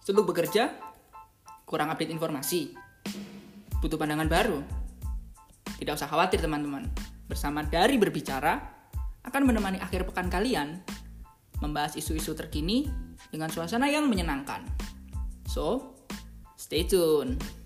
Sibuk bekerja? Kurang update informasi? Butuh pandangan baru? Tidak usah khawatir teman-teman. Bersama Dari Berbicara akan menemani akhir pekan kalian membahas isu-isu terkini dengan suasana yang menyenangkan. So, stay tune.